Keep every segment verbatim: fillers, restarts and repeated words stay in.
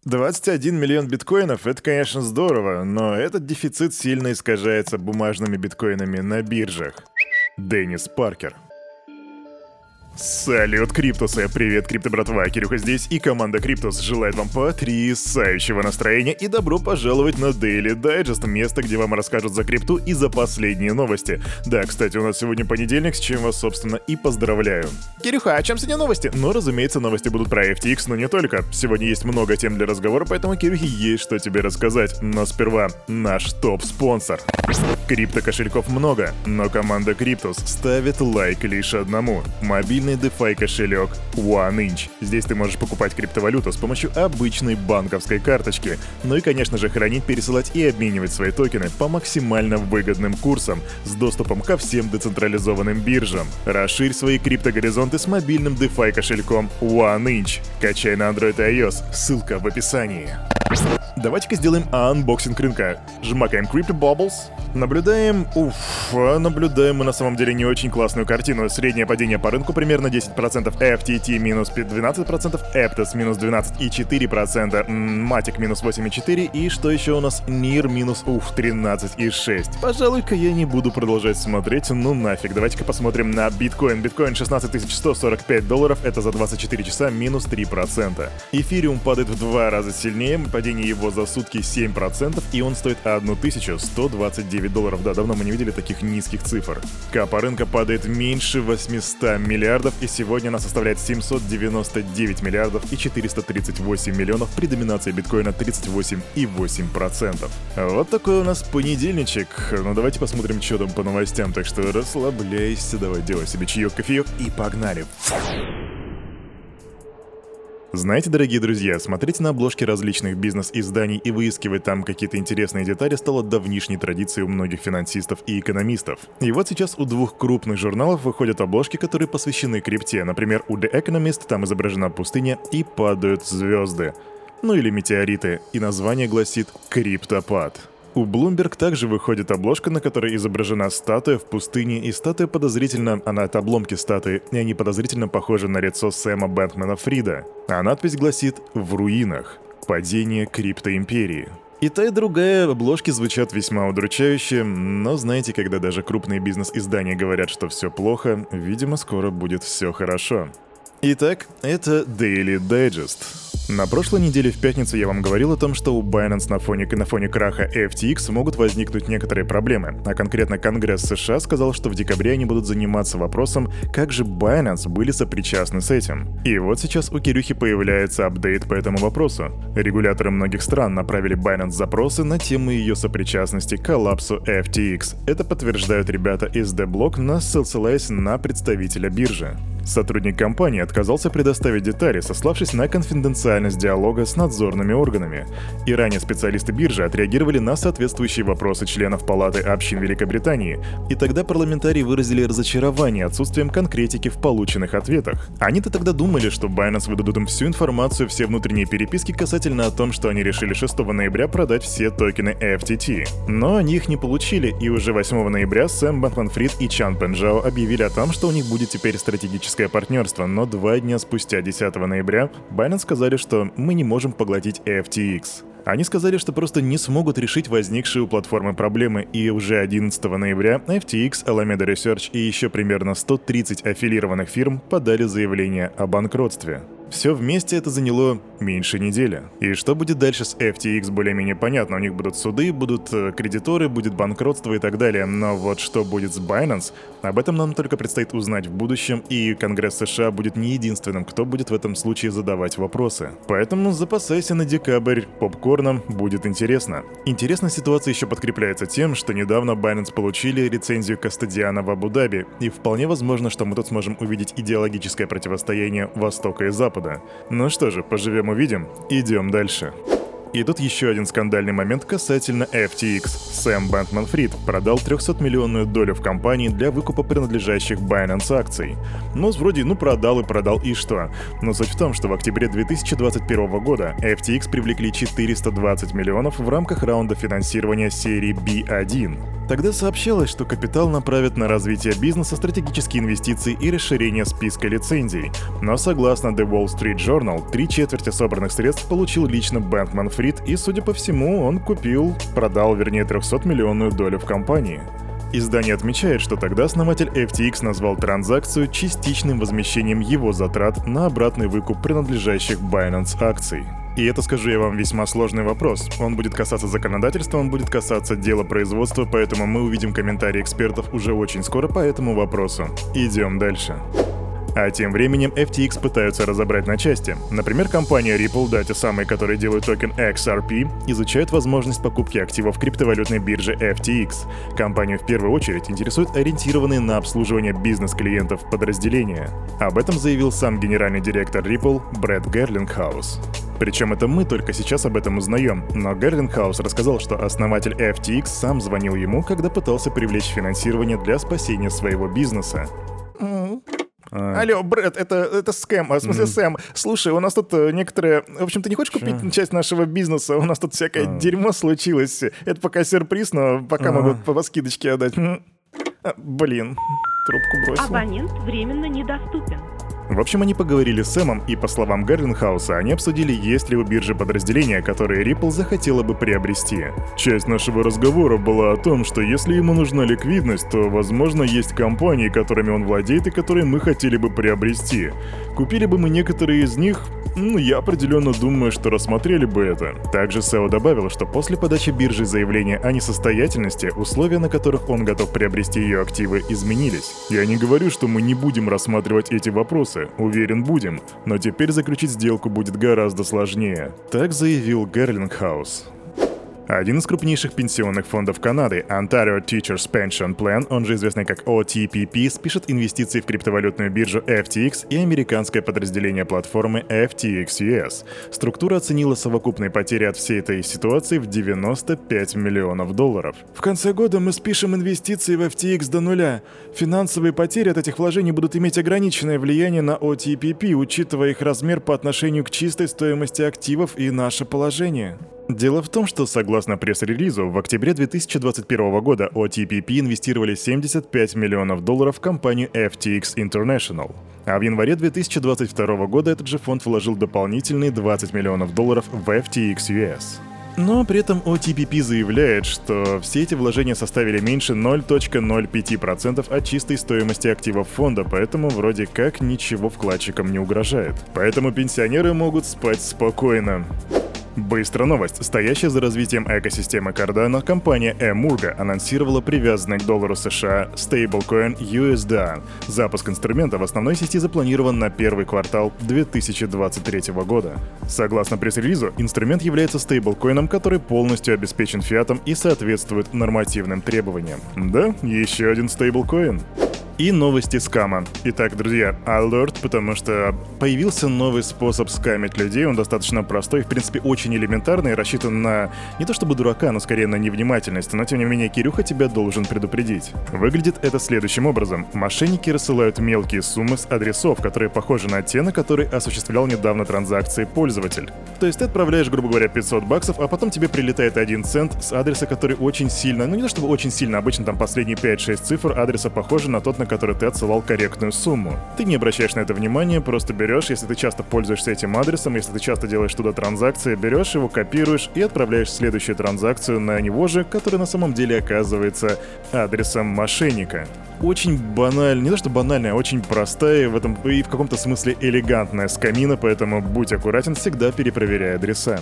двадцать один миллион биткоинов — это, конечно, здорово, но этот дефицит сильно искажается бумажными биткоинами на биржах. Деннис Паркер. Салют, Криптусы! Привет, Крипто братва, Кирюха здесь, и команда Криптус желает вам потрясающего настроения и добро пожаловать на Daily Digest, место, где вам расскажут за крипту и за последние новости. Да, кстати, у нас сегодня понедельник, с чем вас, собственно, и поздравляю. Кирюха, а чем сегодня новости? Ну, разумеется, новости будут про эф ти экс, но не только. Сегодня есть много тем для разговора, поэтому, Кирюхе, есть что тебе рассказать. Но сперва наш топ-спонсор. Крипто-кошельков много, но команда Криптус ставит лайк лишь одному. Мобильный DeFi кошелек OneInch. Здесь ты можешь покупать криптовалюту с помощью обычной банковской карточки. Ну и, конечно же, хранить, пересылать и обменивать свои токены по максимально выгодным курсам с доступом ко всем децентрализованным биржам. Расширь свои криптогоризонты с мобильным DeFi кошельком OneInch. Качай на Android и iOS. Ссылка в описании. Давайте-ка сделаем анбоксинг рынка. Жмакаем Crypto Bubbles. Наблюдаем... Уф, наблюдаем мы на самом деле не очень классную картину. Среднее падение по рынку примерно десять процентов, эф ти ти минус двенадцать процентов, Aptos минус двенадцать и четыре десятых процента, Matic минус восемь и четыре процента и что еще у нас? нир минус уф, тринадцать и шесть процента. Пожалуй-ка я не буду продолжать смотреть, ну нафиг. Давайте-ка посмотрим на биткоин. Биткоин шестнадцать тысяч сто сорок пять долларов, это за двадцать четыре часа минус три процента. Эфириум падает в два раза сильнее, падение его за сутки семь процентов, и он стоит тысячу сто двадцать девять долларов. Да, давно мы не видели таких низких цифр. Капа рынка падает меньше восемьсот миллиардов, и сегодня она составляет семьсот девяносто девять миллиардов и четыреста тридцать восемь миллионов при доминации биткоина тридцать восемь и восемь десятых процента. Вот такой у нас понедельничек. Ну давайте посмотрим, что там по новостям, так что расслабляйся, давай делай себе чаек, кофеек и погнали. Знаете, дорогие друзья, смотреть на обложки различных бизнес-изданий и выискивать там какие-то интересные детали стало давнишней традицией у многих финансистов и экономистов. И вот сейчас у двух крупных журналов выходят обложки, которые посвящены крипте. Например, у The Economist там изображена пустыня и падают звезды. Ну или метеориты. И название гласит «Криптопад». У Bloomberg также выходит обложка, на которой изображена статуя в пустыне, и статуя подозрительно, она от обломки статуи, и они подозрительно похожи на лицо Сэма Бэнкмана-Фрида. А надпись гласит «В руинах. Падение криптоимперии». И та, и другая обложки звучат весьма удручающе, но знаете, когда даже крупные бизнес-издания говорят, что все плохо, видимо, скоро будет все хорошо. Итак, это Daily Digest. На прошлой неделе в пятницу я вам говорил о том, что у Binance на фоне, на фоне краха эф ти экс могут возникнуть некоторые проблемы, а конкретно Конгресс США сказал, что в декабре они будут заниматься вопросом, как же Binance были сопричастны с этим. И вот сейчас у Кирюхи появляется апдейт по этому вопросу. Регуляторы многих стран направили Binance запросы на тему ее сопричастности к коллапсу эф ти экс. Это подтверждают ребята из The Block, ссылаясь на представителя биржи. Сотрудник компании отказался предоставить детали, сославшись на конфиденциальность диалога с надзорными органами. И ранее специалисты биржи отреагировали на соответствующие вопросы членов Палаты общин Великобритании, и тогда парламентарии выразили разочарование отсутствием конкретики в полученных ответах. Они-то тогда думали, что Binance выдадут им всю информацию, все внутренние переписки касательно о том, что они решили шестого ноября продать все токены эф ти ти. Но они их не получили, и уже восьмого ноября Сэм Бэнкман-Фрид и Чан Пенджао объявили о том, что у них будет теперь стратегическое партнерство, но два дня спустя, десятого ноября, Binance сказали, что мы не можем поглотить эф ти экс. Они сказали, что просто не смогут решить возникшие у платформы проблемы, и уже одиннадцатого ноября эф ти экс, Alameda Research и еще примерно сто тридцать аффилированных фирм подали заявление о банкротстве. Все вместе это заняло меньше недели. И что будет дальше с эф ти экс, более-менее понятно. У них будут суды, будут кредиторы, будет банкротство и так далее. Но вот что будет с Binance, об этом нам только предстоит узнать в будущем, и Конгресс США будет не единственным, кто будет в этом случае задавать вопросы. Поэтому запасайся на декабрь попкорном, будет интересно. Интересная ситуация еще подкрепляется тем, что недавно Binance получили лицензию кастодиана в Абу-Даби, и вполне возможно, что мы тут сможем увидеть идеологическое противостояние Востока и Запада. Ну что же, поживем-увидим, идем дальше. И тут еще один скандальный момент касательно эф ти экс. Сэм Бэнкман-Фрид продал трехсотмиллионную долю в компании для выкупа принадлежащих Binance акций. Ну, вроде, ну продал и продал, и что? Но суть в том, что в октябре две тысячи двадцать первого года эф ти экс привлекли четыреста двадцать миллионов в рамках раунда финансирования серии би один. Тогда сообщалось, что капитал направят на развитие бизнеса, стратегические инвестиции и расширение списка лицензий. Но согласно The Wall Street Journal, три четверти собранных средств получил лично Бэнкман-Фрид, и, судя по всему, он купил, продал, вернее, трехсотмиллионную долю в компании. Издание отмечает, что тогда основатель эф ти экс назвал транзакцию частичным возмещением его затрат на обратный выкуп принадлежащих Binance акций. И это, скажу я вам, весьма сложный вопрос. Он будет касаться законодательства, он будет касаться дела производства, поэтому мы увидим комментарии экспертов уже очень скоро по этому вопросу. Идем дальше. А тем временем эф ти экс пытаются разобрать на части. Например, компания Ripple, да, те самые, которые делают токен икс ар пи, изучают возможность покупки активов криптовалютной биржи эф ти экс. Компанию в первую очередь интересуют ориентированные на обслуживание бизнес-клиентов подразделения. Об этом заявил сам генеральный директор Ripple Брэд Герлингхаус. Причем это мы только сейчас об этом узнаем, но Герлингхаус рассказал, что основатель эф ти экс сам звонил ему, когда пытался привлечь финансирование для спасения своего бизнеса. А. Алло, Брэд, это, это Скэм, а, в смысле mm. Сэм. Слушай, у нас тут некоторые... В общем, ты не хочешь купить Что? часть нашего бизнеса? У нас тут всякое а. дерьмо случилось. Это пока сюрприз, но пока а. могу по, по скидочке отдать. А, блин, трубку бросил. Абонент временно недоступен. В общем, они поговорили с Сэмом, и, по словам Герлингхауса, они обсудили, есть ли у биржи подразделения, которые Ripple захотела бы приобрести. Часть нашего разговора была о том, что если ему нужна ликвидность, то, возможно, есть компании, которыми он владеет и которые мы хотели бы приобрести. Купили бы мы некоторые из них? Ну, я определенно думаю, что рассмотрели бы это. Также Сэо добавил, что после подачи биржи заявления о несостоятельности, условия, на которых он готов приобрести ее активы, изменились. Я не говорю, что мы не будем рассматривать эти вопросы. Уверен, будем. Но теперь заключить сделку будет гораздо сложнее. Так заявил Герлингхаус. Один из крупнейших пенсионных фондов Канады, Ontario Teachers Pension Plan, он же известный как о ти пи пи, спишет инвестиции в криптовалютную биржу эф ти экс и американское подразделение платформы эф ти экс ю эс. Структура оценила совокупные потери от всей этой ситуации в девяносто пять миллионов долларов. В конце года мы спишем инвестиции в эф ти экс до нуля. Финансовые потери от этих вложений будут иметь ограниченное влияние на о ти пи пи, учитывая их размер по отношению к чистой стоимости активов и наше положение. Дело в том, что, согласно пресс-релизу, в октябре две тысячи двадцать первого года о ти пи пи инвестировали семьдесят пять миллионов долларов в компанию эф ти экс International. А в январе две тысячи двадцать второго года этот же фонд вложил дополнительные двадцать миллионов долларов в эф ти экс ю эс. Но при этом о ти пи пи заявляет, что все эти вложения составили меньше ноль целых ноль пять процентов от чистой стоимости активов фонда, поэтому вроде как ничего вкладчикам не угрожает. Поэтому пенсионеры могут спать спокойно. Быстрая новость. Стоящая за развитием экосистемы Cardano, компания Emurgo анонсировала привязанный к доллару США стейблкоин ю эс ди эй. Запуск инструмента в основной сети запланирован на первый квартал две тысячи двадцать третьего года. Согласно пресс-релизу, инструмент является стейблкоином, который полностью обеспечен фиатом и соответствует нормативным требованиям. Да, еще один стейблкоин. И новости скама. Итак, друзья, alert, потому что появился новый способ скамить людей. Он достаточно простой, в принципе, очень элементарный, рассчитан на не то чтобы дурака, но скорее на невнимательность. Но тем не менее, Кирюха тебя должен предупредить. Выглядит это следующим образом. Мошенники рассылают мелкие суммы с адресов, которые похожи на те, на которые осуществлял недавно транзакции пользователь. То есть ты отправляешь, грубо говоря, пятьсот баксов, а потом тебе прилетает один цент с адреса, который очень сильно, ну не то чтобы очень сильно, обычно там последние пять-шесть цифр адреса похожи на тот, на который ты отсылал корректную сумму. Ты не обращаешь на это внимания, просто берешь, если ты часто пользуешься этим адресом, если ты часто делаешь туда транзакции, берешь его, копируешь и отправляешь следующую транзакцию на него же, который на самом деле оказывается адресом мошенника. Очень банальная, не то что банальная, а очень простая, в этом и в каком-то смысле элегантная скамина, поэтому будь аккуратен, всегда перепроверяй адреса.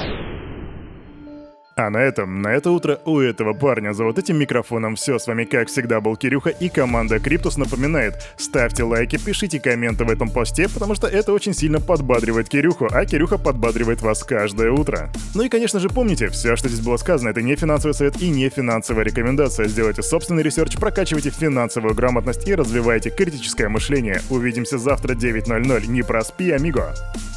А на этом, на это утро у этого парня за вот этим микрофоном все. С вами, как всегда, был Кирюха, и команда Криптус напоминает: ставьте лайки, пишите комменты в этом посте, потому что это очень сильно подбадривает Кирюху, а Кирюха подбадривает вас каждое утро. Ну и, конечно же, помните, все, что здесь было сказано, это не финансовый совет и не финансовая рекомендация. Сделайте собственный ресерч, прокачивайте финансовую грамотность и развивайте критическое мышление. Увидимся завтра девять ноль ноль. Не проспи, амиго!